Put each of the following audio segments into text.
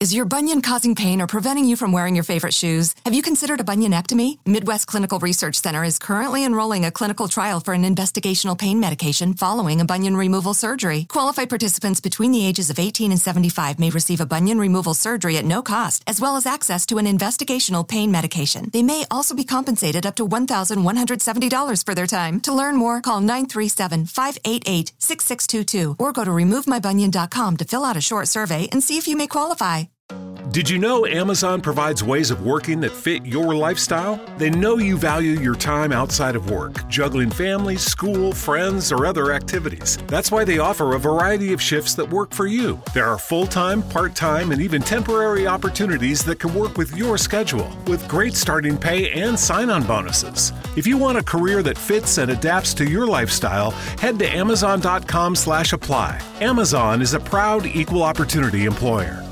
Is your bunion causing pain or preventing you from wearing your favorite shoes? Have you considered a bunionectomy? Midwest Clinical Research Center is currently enrolling a clinical trial for an investigational pain medication following a bunion removal surgery. Qualified participants between the ages of 18 and 75 may receive a bunion removal surgery at no cost, as well as access to an investigational pain medication. They may also be compensated up to $1,170 for their time. To learn more, call 937-588-6622 or go to removemybunion.com to fill out a short survey and see if you may qualify. Did you know Amazon provides ways of working that fit your lifestyle? They know you value your time outside of work, juggling family, school, friends, or other activities. That's why they offer a variety of shifts that work for you. There are full-time, part-time, and even temporary opportunities that can work with your schedule, with great starting pay and sign-on bonuses. If you want a career that fits and adapts to your lifestyle, head to amazon.com/apply. Amazon is a proud equal opportunity employer.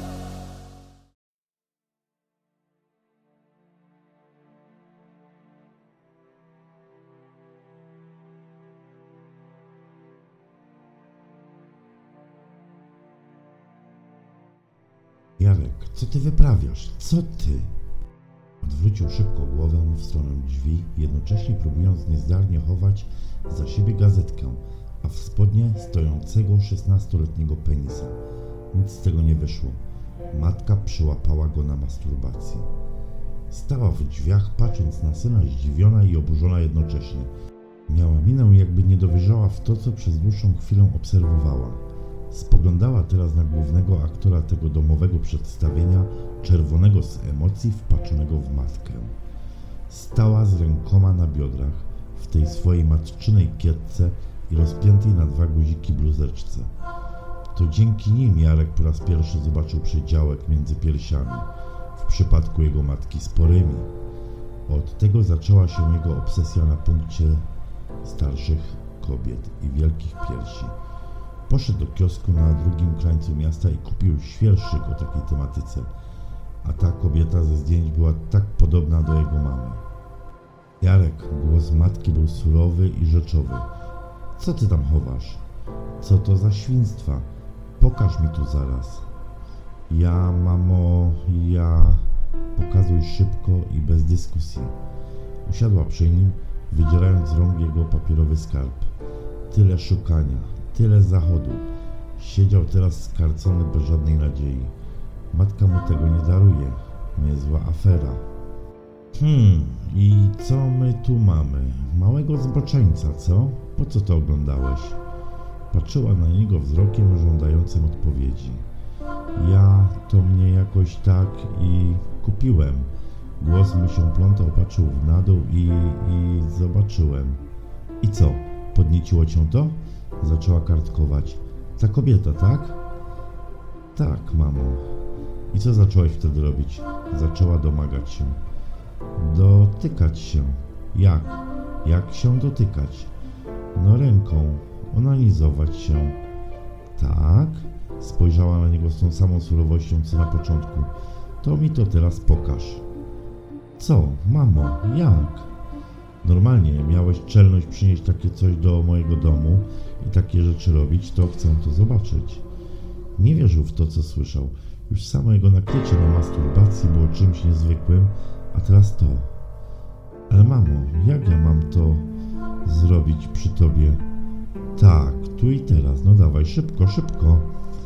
Jarek, co ty wyprawiasz? Co ty? Odwrócił szybko głowę w stronę drzwi, jednocześnie próbując niezdarnie chować za siebie gazetkę, a w spodnie stojącego 16-letniego penisa. Nic z tego nie wyszło. Matka przyłapała go na masturbacji. Stała w drzwiach, patrząc na syna, zdziwiona i oburzona jednocześnie. Miała minę, jakby nie dowierzała w to, co przez dłuższą chwilę obserwowała. Spoglądała teraz na głównego aktora tego domowego przedstawienia, czerwonego z emocji, wpaczonego w matkę. Stała z rękoma na biodrach, w tej swojej matczynej kietce i rozpiętej na 2 guziki bluzeczce. To dzięki nim Jarek po raz pierwszy zobaczył przedziałek między piersiami, w przypadku jego matki sporymi. Od tego zaczęła się jego obsesja na punkcie starszych kobiet i wielkich piersi. Poszedł do kiosku na drugim krańcu miasta i kupił świerszyk o takiej tematyce, a ta kobieta ze zdjęć była tak podobna do jego mamy. Jarek, głos matki był surowy i rzeczowy. Co ty tam chowasz? Co to za świństwa? Pokaż mi tu zaraz. Mamo, Pokazuj szybko i bez dyskusji. Usiadła przy nim, wydzierając z rąk jego papierowy skarb. Tyle szukania, tyle zachodu. Siedział teraz skarcony bez żadnej nadziei. Matka mu tego nie daruje. Niezła afera. I co my tu mamy? Małego zboczeńca, co? Po co to oglądałeś? Patrzyła na niego wzrokiem żądającym odpowiedzi. To mnie jakoś tak i kupiłem. Głos mi się plątał, patrzył na dół i zobaczyłem. I co? Podnieciło cię to? Zaczęła kartkować. Ta kobieta, tak? Tak, mamo. I co zacząłeś wtedy robić? Zaczęła domagać się. Dotykać się. Jak? Jak się dotykać? No ręką. Onanizować się. Tak? Spojrzała na niego z tą samą surowością, co na początku. To mi to teraz pokaż. Co? Mamo, jak? Normalnie miałeś czelność przynieść takie coś do mojego domu i takie rzeczy robić, to chcę to zobaczyć. Nie wierzył w to, co słyszał. Już samo jego nakrycie na masturbacji było czymś niezwykłym, a teraz to. Ale mamo, jak ja mam to zrobić przy tobie? Tak, tu i teraz, no dawaj, szybko, szybko.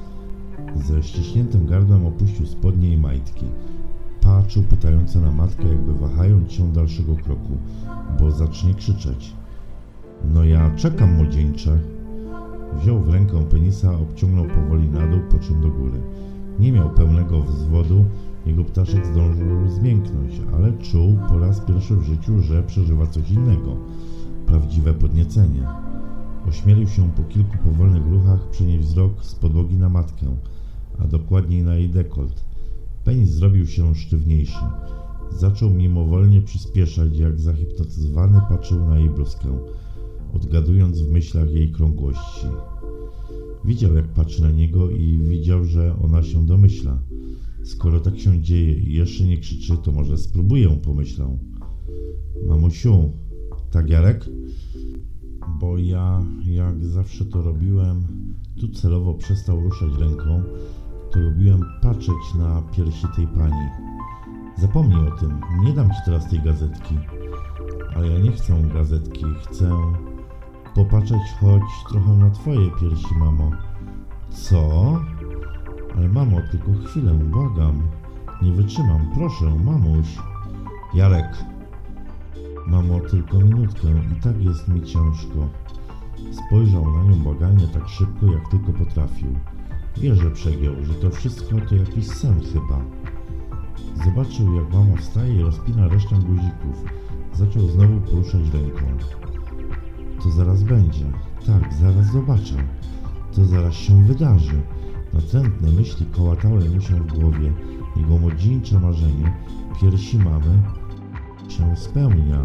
Ze ściśniętym gardłem opuścił spodnie i majtki. Patrzył pytająco na matkę, jakby wahając się dalszego kroku, bo zacznie krzyczeć. No ja czekam, młodzieńcze. Wziął w rękę penisa, obciągnął powoli na dół, po czym do góry. Nie miał pełnego wzwodu, jego ptaszek zdążył zmięknąć, ale czuł po raz pierwszy w życiu, że przeżywa coś innego. Prawdziwe podniecenie. Ośmielił się po kilku powolnych ruchach przenieść wzrok z podłogi na matkę, a dokładniej na jej dekolt. Penis zrobił się sztywniejszy. Zaczął mimowolnie przyspieszać, jak zahipnotyzowany patrzył na jej bluzkę, odgadując w myślach jej krągłości. Widział, jak patrzy na niego i widział, że ona się domyśla. Skoro tak się dzieje i jeszcze nie krzyczy, to może spróbuję, pomyślał. Mamusiu, tak Jarek? Bo ja, jak zawsze to robiłem, tu celowo przestał ruszać ręką, to lubiłem patrzeć na piersi tej pani. Zapomnij o tym, nie dam ci teraz tej gazetki. Ale ja nie chcę gazetki, chcę popatrzeć choć trochę na twoje piersi, mamo. Co? Ale mamo, tylko chwilę, błagam. Nie wytrzymam, proszę, mamuś. Jarek. Mamo, tylko minutkę, i tak jest mi ciężko. Spojrzał na nią błagalnie tak szybko, jak tylko potrafił. Wie, że przegiął, że to wszystko to jakiś sen chyba. Zobaczył, jak mama wstaje i rozpina resztę guzików. Zaczął znowu poruszać ręką. To zaraz będzie. Tak, zaraz zobaczę. To zaraz się wydarzy. Natrętne myśli kołatały mu się w głowie. Jego młodzieńcze marzenie, piersi mamy, się spełnia.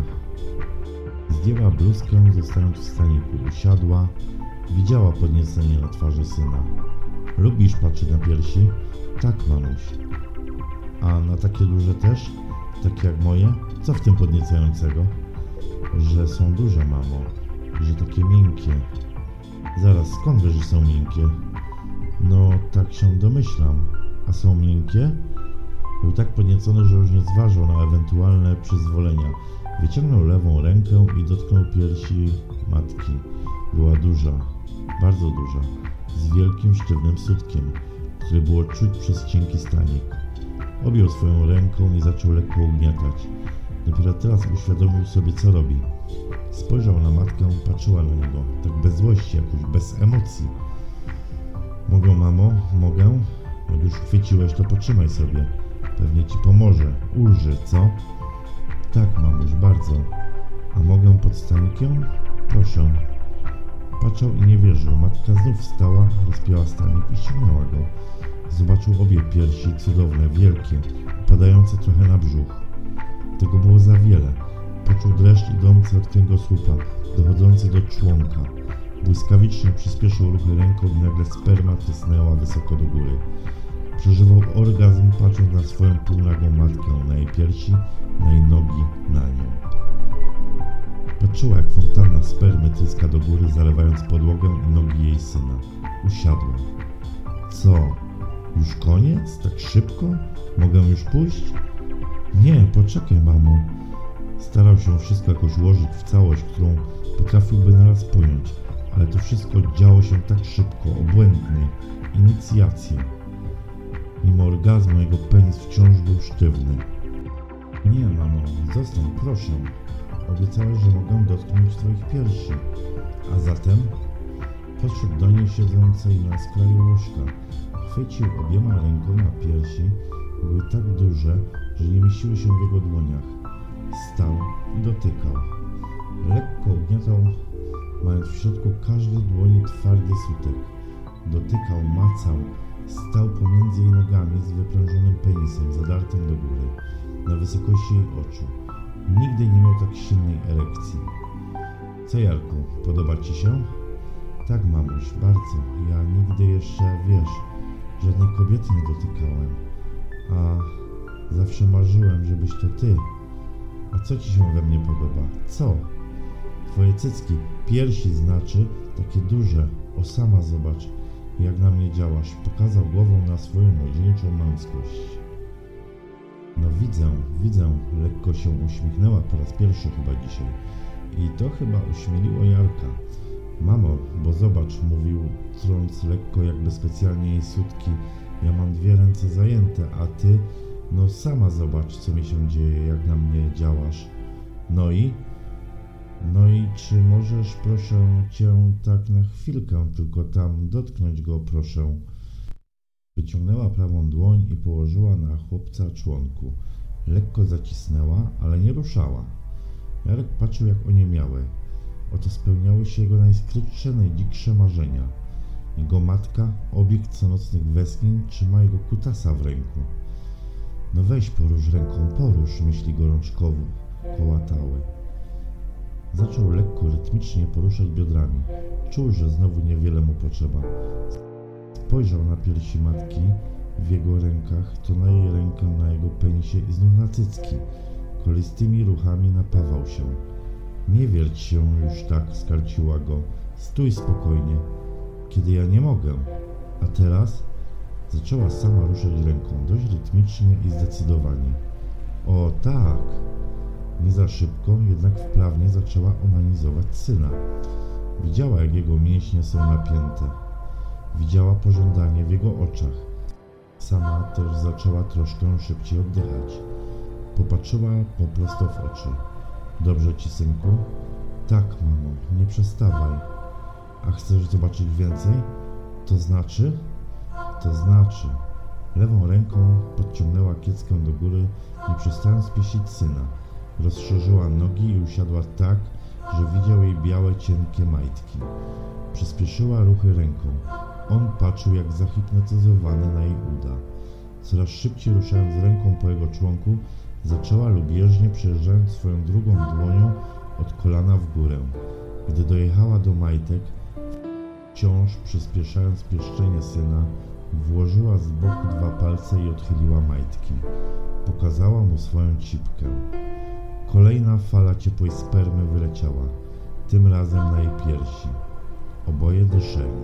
Zdjęła bluzkę, zostając w staniku. Usiadła. Widziała podniecenie na twarzy syna. Lubisz patrzeć na piersi? Tak, mamuś. A na takie duże też? Takie jak moje? Co w tym podniecającego? Że są duże, mamo. Że takie miękkie. Zaraz, skąd wiesz, że są miękkie? No, tak się domyślam. A są miękkie? Był tak podniecony, że już nie zważał na ewentualne przyzwolenia. Wyciągnął lewą rękę i dotknął piersi matki. Była duża, bardzo duża, z wielkim, sztywnym sutkiem, który było czuć przez cienki stanik. Objął swoją ręką i zaczął lekko ugniatać. Dopiero teraz uświadomił sobie, co robi. Spojrzał na matkę, patrzyła na niego, tak bez złości, jakoś bez emocji. Mogę, mamo? Mogę? Jak już chwyciłeś, to potrzymaj sobie. Pewnie ci pomoże, ulży, co? Tak, mamuś, bardzo. A mogę pod stanikiem? Proszę. Patrzał i nie wierzył. Matka znów wstała, rozpięła stanik i ściągnęła go. Zobaczył obie piersi, cudowne, wielkie, padające trochę na brzuch. Tego było za wiele. Poczuł dreszcz idący od kręgosłupa, dochodzący do członka. Błyskawicznie przyspieszył ruchy ręką i nagle sperma trysnęła wysoko do góry. Przeżywał orgazm, patrząc na swoją półnagą matkę, na jej piersi, na jej nogi, na nią. Patrzyła, jak fontanna spermy tryska do góry, zalewając podłogę i nogi jej syna. Usiadła. Co? Już koniec? Tak szybko? Mogę już pójść? Nie, poczekaj, mamo. Starał się wszystko jakoś ułożyć w całość, którą potrafiłby naraz pojąć, ale to wszystko działo się tak szybko, obłędnie. Inicjacja. Mimo orgazmu jego penis wciąż był sztywny. Nie, mamo, zostań, proszę. Obiecałeś, że mogę dotknąć twoich piersi. A zatem podszedł do niej siedzącej na skraju łóżka. Chwycił obiema rękoma piersi. Były tak duże, że nie mieściły się w jego dłoniach. Stał i dotykał. Lekko ugniatał, mając w środku każdej dłoni twardy sutek. Dotykał, macał. Stał pomiędzy jej nogami z wyprężonym penisem zadartym do góry, na wysokości jej oczu. Nigdy nie miał tak silnej erekcji. Co, Jarku, podoba ci się? Tak, mamuś, bardzo. Ja nigdy jeszcze, wiesz, żadnej kobiety nie dotykałem. A zawsze marzyłem, żebyś to ty. A co ci się we mnie podoba? Co? Twoje cycki, piersi znaczy, takie duże. O, sama zobacz, jak na mnie działasz. Pokazał głową na swoją młodzieńczą męskość. No widzę, lekko się uśmiechnęła po raz pierwszy chyba dzisiaj. I to chyba ośmieliło Jarka. Mamo, bo zobacz, mówił, trąc lekko jakby specjalnie jej sutki. Ja mam dwie ręce zajęte, a ty, no sama zobacz, co mi się dzieje, jak na mnie działasz. No i czy możesz, proszę cię, tak na chwilkę tylko tam dotknąć go, proszę. Wyciągnęła prawą dłoń i położyła na chłopca członku. Lekko zacisnęła, ale nie ruszała. Jarek patrzył, jak oniemiały. Oto spełniały się jego najskrytsze, najdziksze marzenia. Jego matka, obiekt co-nocnych westchnień, trzyma jego kutasa w ręku. No weź, porusz ręką, porusz, myśli gorączkowo kołatały. Zaczął lekko, rytmicznie poruszać biodrami. Czuł, że znowu niewiele mu potrzeba. Spojrzał na piersi matki w jego rękach, to na jej rękę, na jego penisie i znów na cycki. Kolistymi ruchami napawał się. Nie wierć się już tak, skarciła go. Stój spokojnie, kiedy ja nie mogę. A teraz? Zaczęła sama ruszać ręką, dość rytmicznie i zdecydowanie. O tak! Nie za szybko, jednak wprawnie zaczęła onanizować syna. Widziała, jak jego mięśnie są napięte. Widziała pożądanie w jego oczach. Sama też zaczęła troszkę szybciej oddychać. Popatrzyła mu prosto w oczy. Dobrze ci, synku? Tak, mamo, nie przestawaj. A chcesz zobaczyć więcej? To znaczy? To znaczy. Lewą ręką podciągnęła kieckę do góry, nie przestając pieścić syna. Rozszerzyła nogi i usiadła tak, że widział jej białe, cienkie majtki. Przyspieszyła ruchy ręką. On patrzył jak zahipnotyzowany na jej uda. Coraz szybciej ruszając ręką po jego członku, zaczęła lubieżnie przejeżdżając swoją drugą dłonią od kolana w górę. Gdy dojechała do majtek, wciąż przyspieszając pieszczenie syna, włożyła z boku 2 palce i odchyliła majtki. Pokazała mu swoją cipkę. Kolejna fala ciepłej spermy wyleciała, tym razem na jej piersi. Oboje dyszyli.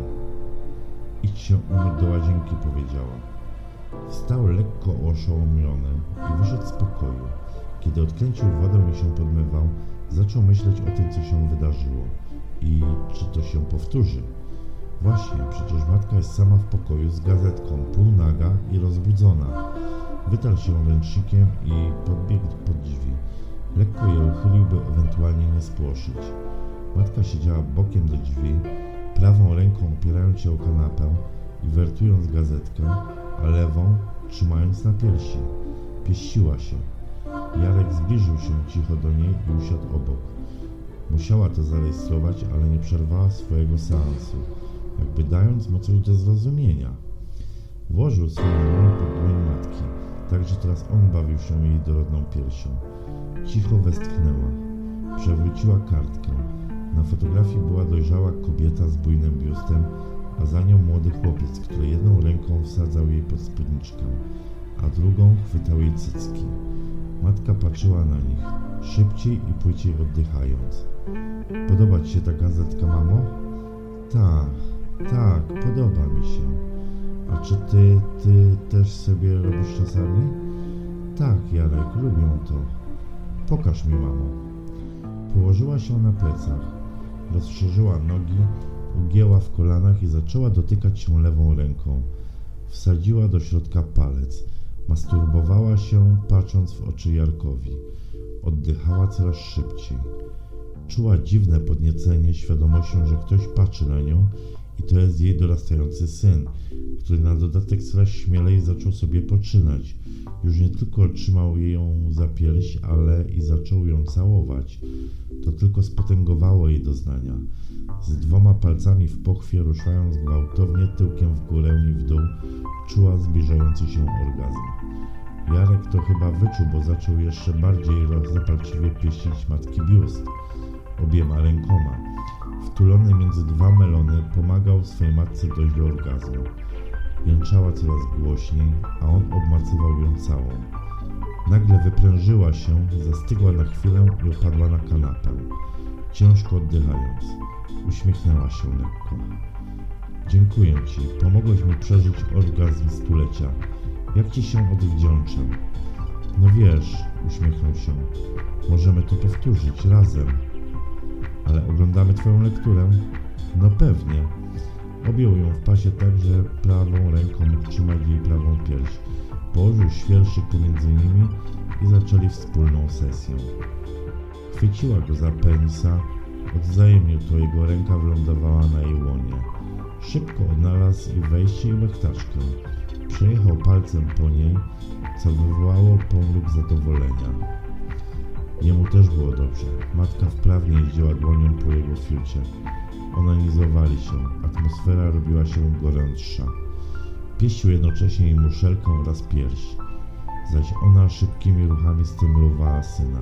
Idź się umyć do łazienki, powiedziała. Wstał lekko oszołomiony i wyszedł z pokoju. Kiedy odkręcił wodę i się podmywał, zaczął myśleć o tym, co się wydarzyło i czy to się powtórzy. Właśnie, przecież matka jest sama w pokoju z gazetką, półnaga i rozbudzona. Wytarł się ręcznikiem i podbiegł pod drzwi. Lekko je uchylił, by ewentualnie nie spłoszyć. Matka siedziała bokiem do drzwi, prawą ręką opierając się o kanapę i wertując gazetkę, a lewą trzymając na piersi. Pieściła się. Jarek zbliżył się cicho do niej i usiadł obok. Musiała to zarejestrować, ale nie przerwała swojego seansu, jakby dając mu coś do zrozumienia. Włożył swoją dłoń pod dłoń matki, tak że teraz on bawił się jej dorodną piersią. Cicho westchnęła. Przewróciła kartkę. Na fotografii była dojrzała kobieta z bujnym biustem, a za nią młody chłopiec, który jedną ręką wsadzał jej pod spódniczkę, a drugą chwytał jej cycki. Matka patrzyła na nich, szybciej i płyciej oddychając. Podoba ci się ta gazetka, mamo? Tak, podoba mi się. A czy ty też sobie robisz czasami? Tak, Jarek, lubię to. Pokaż mi, mamo. Położyła się na plecach, rozszerzyła nogi, ugięła w kolanach i zaczęła dotykać się lewą ręką. Wsadziła do środka palec. Masturbowała się, patrząc w oczy Jarkowi. Oddychała coraz szybciej. Czuła dziwne podniecenie świadomością, że ktoś patrzy na nią i to jest jej dorastający syn, który na dodatek coraz śmielej zaczął sobie poczynać. Już nie tylko trzymał ją za pierś, ale i zaczął ją całować. To tylko spotęgowało jej doznania. Z 2 palcami w pochwie, ruszając gwałtownie tyłkiem w górę i w dół, czuła zbliżający się orgazm. Jarek to chyba wyczuł, bo zaczął jeszcze bardziej zapalczywie pieścić matki biust. Obiema rękoma. Wtulony między 2 melony, pomagał swej matce dojść do orgazmu. Jęczała coraz głośniej, a on obmacywał ją całą. Nagle wyprężyła się, zastygła na chwilę i opadła na kanapę, ciężko oddychając. Uśmiechnęła się lekko. Dziękuję ci, pomogłeś mi przeżyć orgazm stulecia. Jak ci się odwdzięczę? No wiesz, uśmiechnął się, możemy to powtórzyć razem. Ale oglądamy twoją lekturę? No pewnie. Objął ją w pasie tak, że prawą ręką mógł trzymać jej prawą pierś. Położył świerszyk pomiędzy nimi i zaczęli wspólną sesję. Chwyciła go za penisa, odwzajemnił to, jego ręka wylądowała na jej łonie. Szybko odnalazł i wejście i łechtaczkę. Przejechał palcem po niej, co wywołało pomruk zadowolenia. Jemu też było dobrze. Matka wprawnie jeździła dłonią po jego fiucie. Onanizowali się. Atmosfera robiła się gorętsza. Pieścił jednocześnie jej muszelkę oraz pierś, zaś ona szybkimi ruchami stymulowała syna.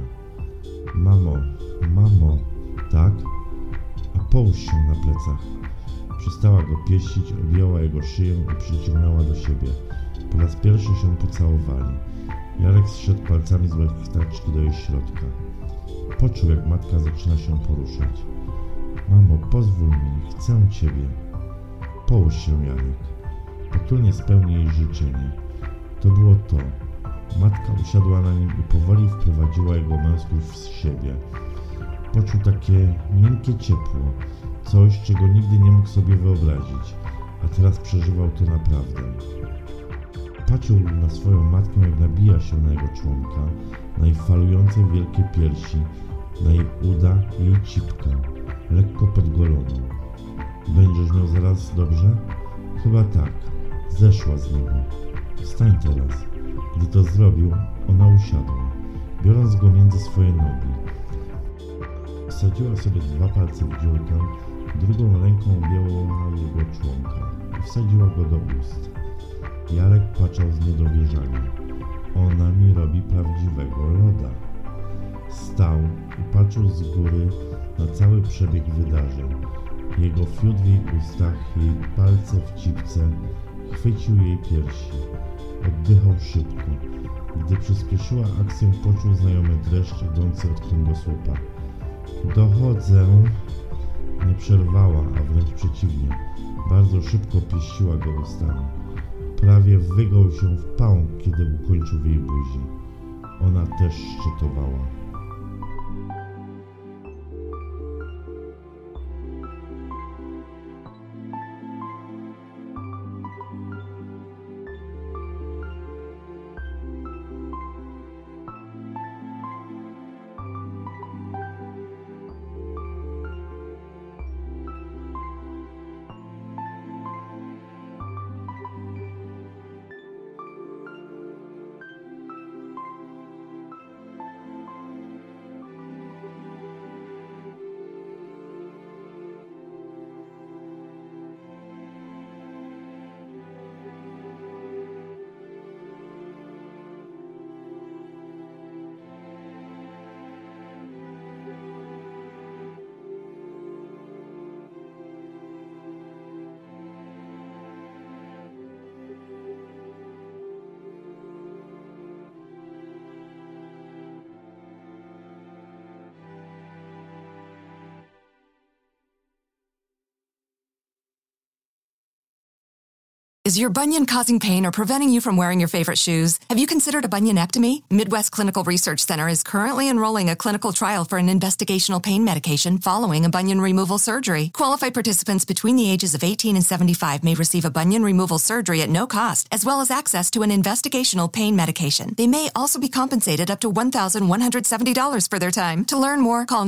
Mamo, tak? A połóż się na plecach. Przestała go pieścić, objęła jego szyję i przyciągnęła do siebie. Po raz pierwszy się pocałowali. Jarek zszedł palcami z łechtaczki do jej środka. Poczuł, jak matka zaczyna się poruszać. Mamo, pozwól mi, chcę ciebie. Połóż się, Jarek. potulnie spełni jej życzenie. To było to. Matka usiadła na nim i powoli wprowadziła jego męskość w siebie. Poczuł takie miękkie ciepło, coś, czego nigdy nie mógł sobie wyobrazić, a teraz przeżywał to naprawdę. Patrzył na swoją matkę, jak nabija się na jego członka, na jej falujące wielkie piersi, na jej uda i jej cipkę, lekko podgoloną. Będziesz miał zaraz dobrze? Chyba tak. Zeszła z niego. Wstań teraz. Gdy to zrobił, ona usiadła, biorąc go między swoje nogi. Wsadziła sobie 2 palce w dziurkę, drugą ręką objęła jego członka i wsadziła go do ust. Jarek patrzał z niedowierzaniem. Ona mi robi prawdziwego loda. Stał i patrzył z góry na cały przebieg wydarzeń. Jego fiut w jej ustach, jej palce w cipce, chwycił jej piersi. Oddychał szybko. Gdy przyspieszyła akcję, poczuł znajomy dreszcz idący od kręgosłupa. Dochodzę. Nie przerwała, a wręcz przeciwnie. Bardzo szybko pieściła go ustami. Prawie wygiął się w pałąk, kiedy ukończył w jej buzi. Ona też szczytowała. Is your bunion causing pain or preventing you from wearing your favorite shoes? Have you considered a bunionectomy? Midwest Clinical Research Center is currently enrolling a clinical trial for an investigational pain medication following a bunion removal surgery. Qualified participants between the ages of 18 and 75 may receive a bunion removal surgery at no cost, as well as access to an investigational pain medication. They may also be compensated up to $1,170 for their time. To learn more, call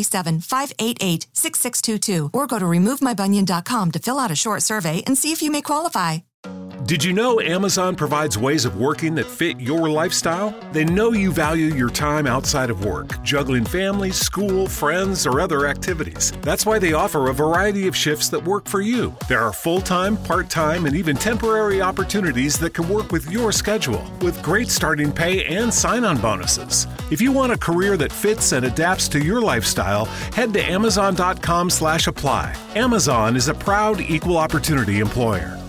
937-588-6622 or go to removemybunion.com to fill out a short survey and see if you may qualify. Did you know Amazon provides ways of working that fit your lifestyle? They know you value your time outside of work, juggling family, school, friends, or other activities. That's why they offer a variety of shifts that work for you. There are full-time, part-time, and even temporary opportunities that can work with your schedule, with great starting pay and sign-on bonuses. If you want a career that fits and adapts to your lifestyle, head to Amazon.com/apply. Amazon is a proud equal opportunity employer.